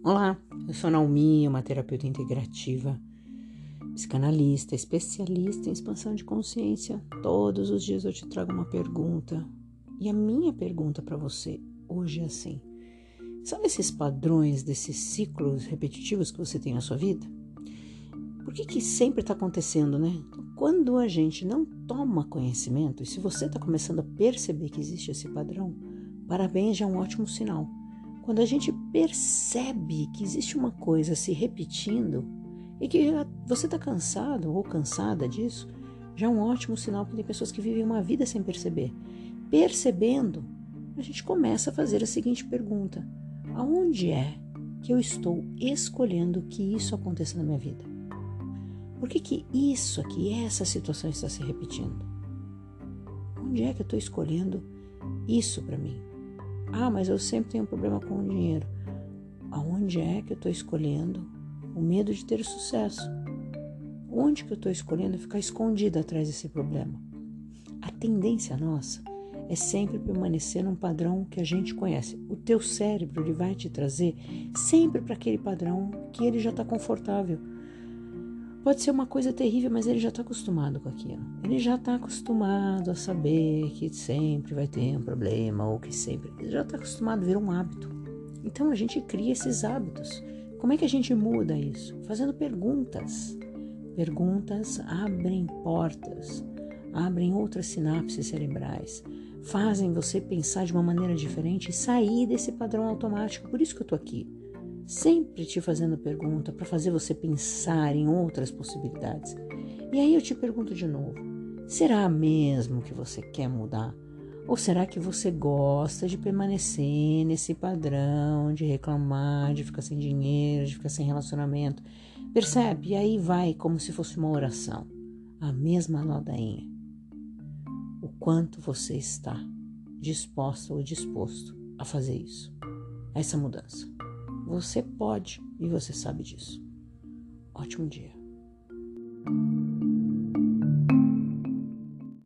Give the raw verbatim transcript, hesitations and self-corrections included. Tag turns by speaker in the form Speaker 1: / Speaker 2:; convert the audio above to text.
Speaker 1: Olá, eu sou a Naomi, uma terapeuta integrativa, psicanalista, especialista em expansão de consciência. Todos os dias eu te trago uma pergunta. E a minha pergunta para você hoje é assim: são esses padrões, desses ciclos repetitivos que você tem na sua vida? Por que que sempre está acontecendo, né? Quando a gente não toma conhecimento, e se você está começando a perceber que existe esse padrão, parabéns, já é um ótimo sinal. Quando a gente percebe que existe uma coisa se repetindo e que você está cansado ou cansada disso, já é um ótimo sinal, porque tem pessoas que vivem uma vida sem perceber. Percebendo, a gente começa a fazer a seguinte pergunta: aonde é que eu estou escolhendo que isso aconteça na minha vida? Por que que isso aqui, essa situação está se repetindo? Onde é que eu estou escolhendo isso para mim? Ah, mas eu sempre tenho um problema com o dinheiro. Aonde é que eu estou escolhendo o medo de ter sucesso? Onde que eu estou escolhendo ficar escondida atrás desse problema? A tendência nossa é sempre permanecer num padrão que a gente conhece. O teu cérebro ele vai te trazer sempre para aquele padrão que ele já está confortável. Pode ser uma coisa terrível, mas ele já está acostumado com aquilo. Ele já está acostumado a saber que sempre vai ter um problema ou que sempre... Ele já está acostumado a ver um hábito. Então a gente cria esses hábitos. Como é que a gente muda isso? Fazendo perguntas. Perguntas abrem portas, abrem outras sinapses cerebrais, fazem você pensar de uma maneira diferente e sair desse padrão automático. Por isso que eu estou aqui. Sempre te fazendo pergunta para fazer você pensar em outras possibilidades. E aí eu te pergunto de novo: será mesmo que você quer mudar? Ou será que você gosta de permanecer nesse padrão de reclamar, de ficar sem dinheiro, de ficar sem relacionamento? Percebe? E aí vai como se fosse uma oração, a mesma ladainha. O quanto você está disposta ou disposto a fazer isso, a essa mudança. Você pode e você sabe disso. Ótimo dia.